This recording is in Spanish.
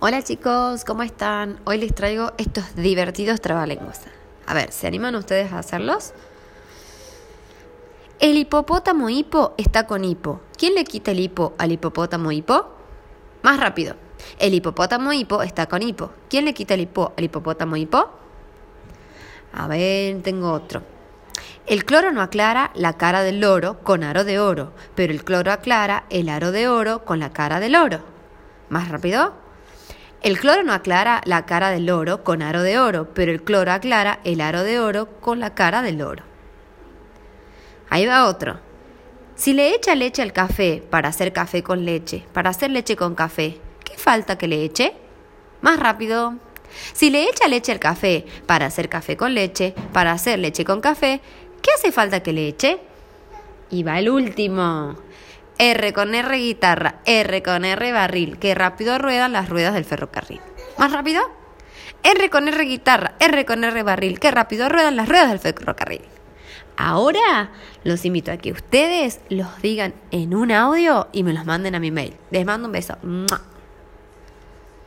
Hola chicos, ¿cómo están? Hoy les traigo estos divertidos trabalenguas. A ver, ¿se animan ustedes a hacerlos? El hipopótamo hipo está con hipo. ¿Quién le quita el hipo al hipopótamo hipo? Más rápido. El hipopótamo hipo está con hipo. ¿Quién le quita el hipo al hipopótamo hipo? A ver, tengo otro. El cloro no aclara la cara del loro con aro de oro, pero el cloro aclara el aro de oro con la cara del oro. ¿Más rápido? El cloro no aclara la cara del oro con aro de oro, pero el cloro aclara el aro de oro con la cara del oro. Ahí va otro. Si le echa leche al café para hacer café con leche, para hacer leche con café, ¿qué falta que le eche? Más rápido. Si le echa leche al café para hacer café con leche, para hacer leche con café, ¿qué hace falta que le eche? Y va el último. R con R guitarra, R con R barril, que rápido ruedan las ruedas del ferrocarril. ¿Más rápido? R con R guitarra, R con R barril, que rápido ruedan las ruedas del ferrocarril. Ahora los invito a que ustedes los digan en un audio y me los manden a mi mail. Les mando un beso. ¡Mua!